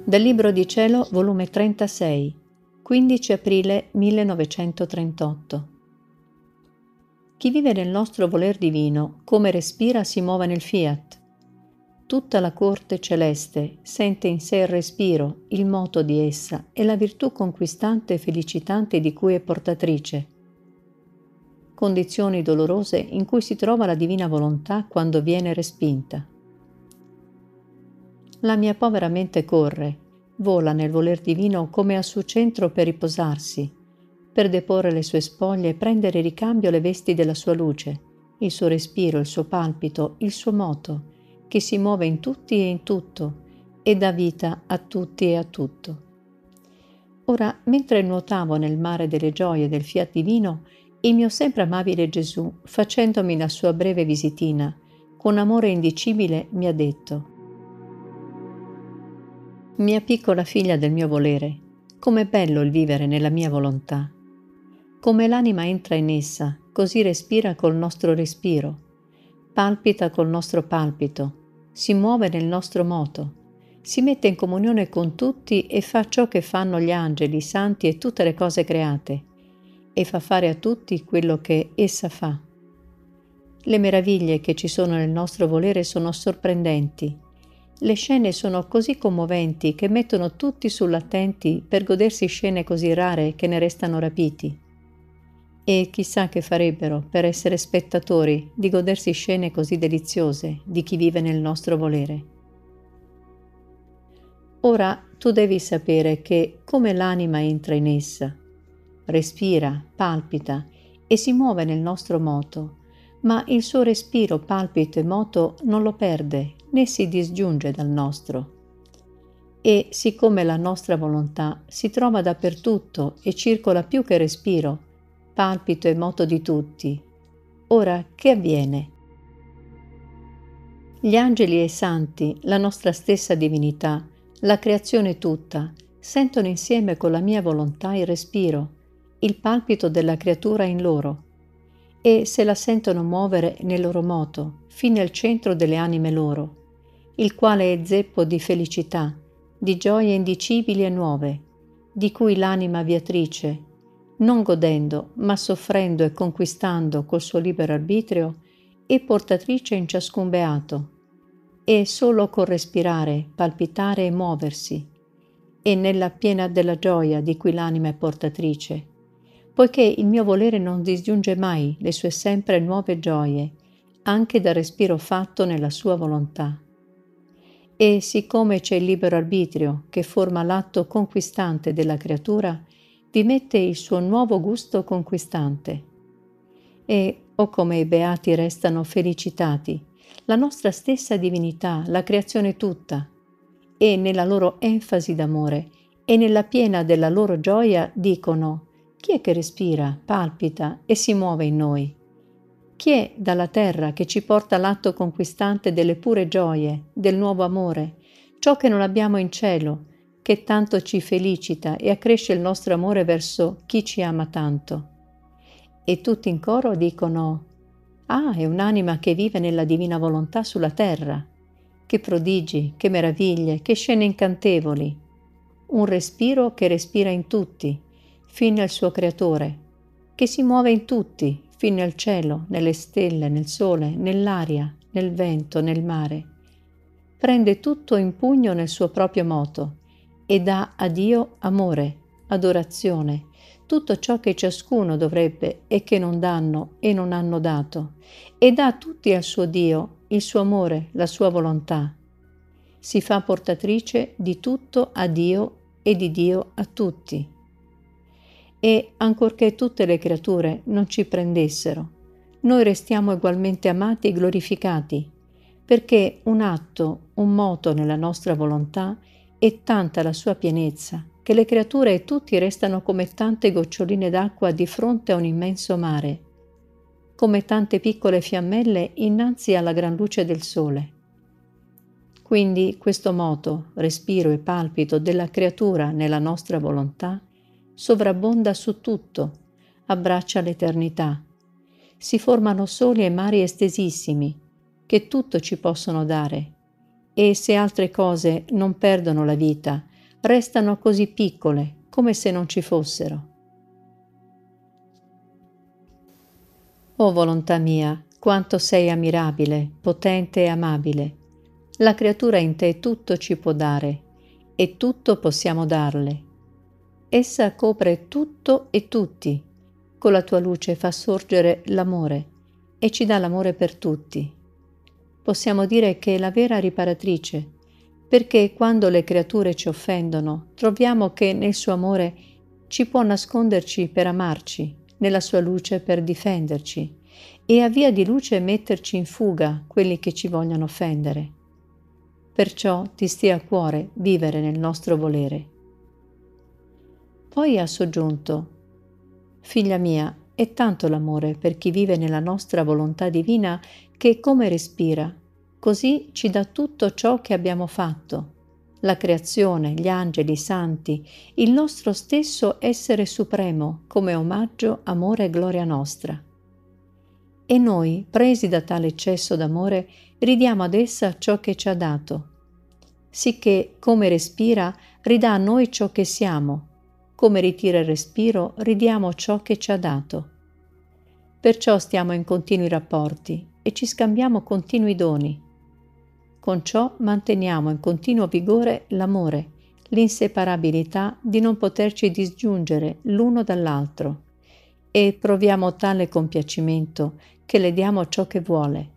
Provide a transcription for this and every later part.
Dal Libro di Cielo, volume 36, 15 aprile 1938. Chi vive nel nostro voler divino, come respira, si muove nel fiat. Tutta la corte celeste sente in sé il respiro, il moto di essa e la virtù conquistante e felicitante di cui è portatrice. Condizioni dolorose in cui si trova la divina volontà quando viene respinta. La mia povera mente corre, vola nel voler divino come al suo centro per riposarsi, per deporre le sue spoglie e prendere ricambio le vesti della sua luce, il suo respiro, il suo palpito, il suo moto, che si muove in tutti e in tutto e dà vita a tutti e a tutto. Ora, mentre nuotavo nel mare delle gioie del fiat divino, il mio sempre amabile Gesù, facendomi la sua breve visitina, con amore indicibile mi ha detto: «Mia piccola figlia del mio volere, com'è bello il vivere nella mia volontà. Come l'anima entra in essa, così respira col nostro respiro, palpita col nostro palpito, si muove nel nostro moto, si mette in comunione con tutti e fa ciò che fanno gli angeli, i santi e tutte le cose create, e fa fare a tutti quello che essa fa. Le meraviglie che ci sono nel nostro volere sono sorprendenti. Le scene sono così commoventi che mettono tutti sull'attenti per godersi scene così rare che ne restano rapiti. E chissà che farebbero per essere spettatori di godersi scene così deliziose di chi vive nel nostro volere. Ora tu devi sapere che come l'anima entra in essa, respira, palpita e si muove nel nostro moto, ma il suo respiro, palpito e moto non lo perde né si disgiunge dal nostro. E siccome la nostra volontà si trova dappertutto e circola più che respiro, palpito e moto di tutti, ora che avviene? Gli angeli e i santi, la nostra stessa divinità, la creazione tutta, sentono insieme con la mia volontà il respiro, il palpito della creatura in loro, e se la sentono muovere nel loro moto, fino al centro delle anime loro, il quale è zeppo di felicità, di gioie indicibili e nuove, di cui l'anima viatrice, non godendo, ma soffrendo e conquistando col suo libero arbitrio, è portatrice in ciascun beato, e solo col respirare, palpitare e muoversi, e nella piena della gioia di cui l'anima è portatrice, poiché il mio volere non disgiunge mai le sue sempre nuove gioie, anche dal respiro fatto nella sua volontà. E siccome c'è il libero arbitrio che forma l'atto conquistante della creatura, vi mette il suo nuovo gusto conquistante. E, o come i beati restano felicitati, la nostra stessa divinità, la creazione tutta, e nella loro enfasi d'amore e nella piena della loro gioia dicono: chi è che respira, palpita e si muove in noi? Chi è dalla terra che ci porta l'atto conquistante delle pure gioie, del nuovo amore, ciò che non abbiamo in cielo, che tanto ci felicita e accresce il nostro amore verso chi ci ama tanto? E tutti in coro dicono: ah, è un'anima che vive nella divina volontà sulla terra. Che prodigi, che meraviglie, che scene incantevoli. Un respiro che respira in tutti, fino al suo creatore, che si muove in tutti, fino al cielo, nelle stelle, nel sole, nell'aria, nel vento, nel mare. Prende tutto in pugno nel suo proprio moto e dà a Dio amore, adorazione, tutto ciò che ciascuno dovrebbe e che non danno e non hanno dato, e dà tutti al suo Dio il suo amore, la sua volontà. Si fa portatrice di tutto a Dio e di Dio a tutti. E ancorché tutte le creature non ci prendessero, noi restiamo ugualmente amati e glorificati, perché un atto, un moto nella nostra volontà è tanta la sua pienezza, che le creature e tutti restano come tante goccioline d'acqua di fronte a un immenso mare, come tante piccole fiammelle innanzi alla gran luce del sole. Quindi questo moto, respiro e palpito della creatura nella nostra volontà sovrabbonda su tutto, abbraccia l'eternità. Si formano soli e mari estesissimi, che tutto ci possono dare, e se altre cose non perdono la vita, restano così piccole, come se non ci fossero. O volontà mia, quanto sei ammirabile, potente e amabile. La creatura in te tutto ci può dare, e tutto possiamo darle. Essa copre tutto e tutti. Con la tua luce fa sorgere l'amore e ci dà l'amore per tutti. Possiamo dire che è la vera riparatrice, perché quando le creature ci offendono, troviamo che nel suo amore ci può nasconderci per amarci, nella sua luce per difenderci, e a via di luce metterci in fuga quelli che ci vogliono offendere. Perciò ti stia a cuore vivere nel nostro volere. Poi ha soggiunto: Figlia mia, è tanto l'amore per chi vive nella nostra volontà divina che come respira, così ci dà tutto ciò che abbiamo fatto, la creazione, gli angeli, i santi, il nostro stesso essere supremo come omaggio, amore e gloria nostra. E noi, presi da tale eccesso d'amore, ridiamo ad essa ciò che ci ha dato, sicché come respira ridà a noi ciò che siamo, come ritira il respiro ridiamo ciò che ci ha dato. Perciò stiamo in continui rapporti e ci scambiamo continui doni. Con ciò manteniamo in continuo vigore l'amore, l'inseparabilità di non poterci disgiungere l'uno dall'altro, e proviamo tale compiacimento che le diamo ciò che vuole.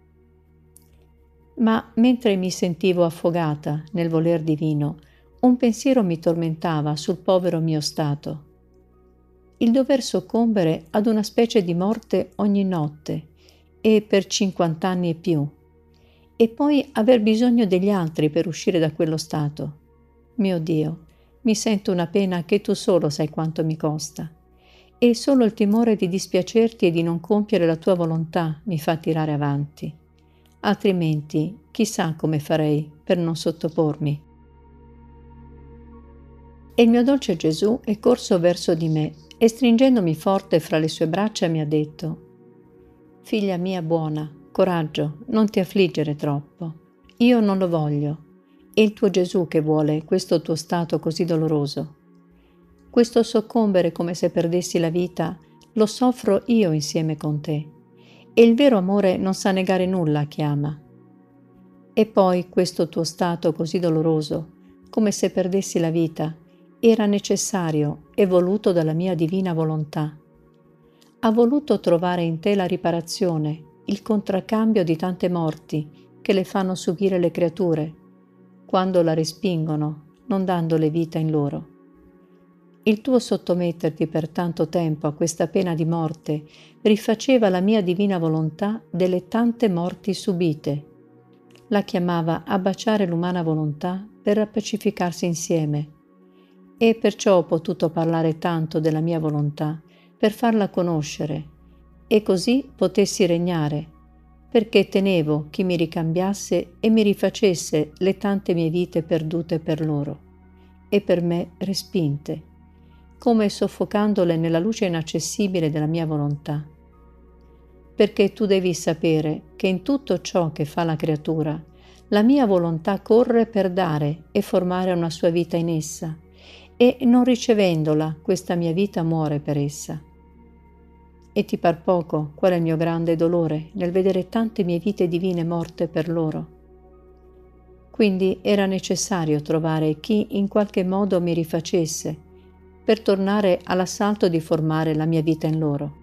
Ma mentre mi sentivo affogata nel voler divino, un pensiero mi tormentava sul povero mio stato. Il dover soccombere ad una specie di morte ogni notte e per 50 anni e più, e poi aver bisogno degli altri per uscire da quello stato. Mio Dio, mi sento una pena che tu solo sai quanto mi costa, e solo il timore di dispiacerti e di non compiere la tua volontà mi fa tirare avanti. Altrimenti, chissà come farei per non sottopormi. E il mio dolce Gesù è corso verso di me e stringendomi forte fra le sue braccia mi ha detto: Figlia mia buona, coraggio, non ti affliggere troppo. Io non lo voglio. È il tuo Gesù che vuole questo tuo stato così doloroso. Questo soccombere come se perdessi la vita lo soffro io insieme con te. E il vero amore non sa negare nulla a chi ama. E poi questo tuo stato così doloroso, come se perdessi la vita, era necessario e voluto dalla mia divina volontà. Ha voluto trovare in te la riparazione, il contraccambio di tante morti che le fanno subire le creature, quando la respingono, non dandole vita in loro. Il tuo sottometterti per tanto tempo a questa pena di morte rifaceva la mia divina volontà delle tante morti subite. La chiamava a baciare l'umana volontà per rappacificarsi insieme. E perciò ho potuto parlare tanto della mia volontà, per farla conoscere, e così potessi regnare, perché tenevo chi mi ricambiasse e mi rifacesse le tante mie vite perdute per loro, e per me respinte, come soffocandole nella luce inaccessibile della mia volontà. Perché tu devi sapere che in tutto ciò che fa la creatura, la mia volontà corre per dare e formare una sua vita in essa, e non ricevendola questa mia vita muore per essa. E ti par poco qual è il mio grande dolore nel vedere tante mie vite divine morte per loro. Quindi era necessario trovare chi in qualche modo mi rifacesse per tornare all'assalto di formare la mia vita in loro.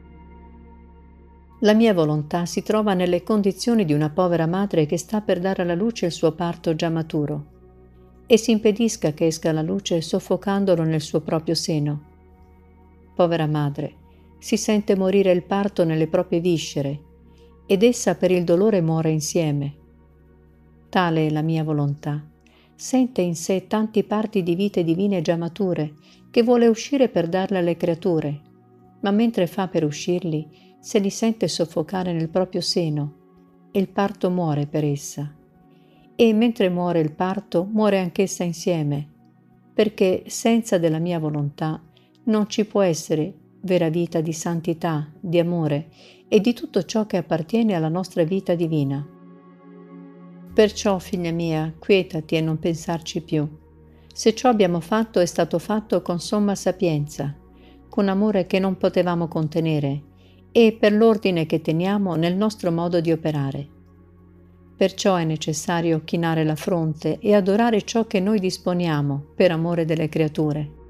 La mia volontà si trova nelle condizioni di una povera madre che sta per dare alla luce il suo parto già maturo e si impedisca che esca la luce soffocandolo nel suo proprio seno. Povera madre, si sente morire il parto nelle proprie viscere ed essa per il dolore muore insieme. Tale è la mia volontà. Sente in sé tanti parti di vite divine già mature che vuole uscire per darle alle creature, ma mentre fa per uscirli se li sente soffocare nel proprio seno e il parto muore per essa. E mentre muore il parto muore anch'essa insieme, perché senza della mia volontà non ci può essere vera vita di santità, di amore e di tutto ciò che appartiene alla nostra vita divina. Perciò, figlia mia, quietati e non pensarci più. Se ciò abbiamo fatto è stato fatto con somma sapienza, con amore che non potevamo contenere e per l'ordine che teniamo nel nostro modo di operare. Perciò è necessario chinare la fronte e adorare ciò che noi disponiamo per amore delle creature.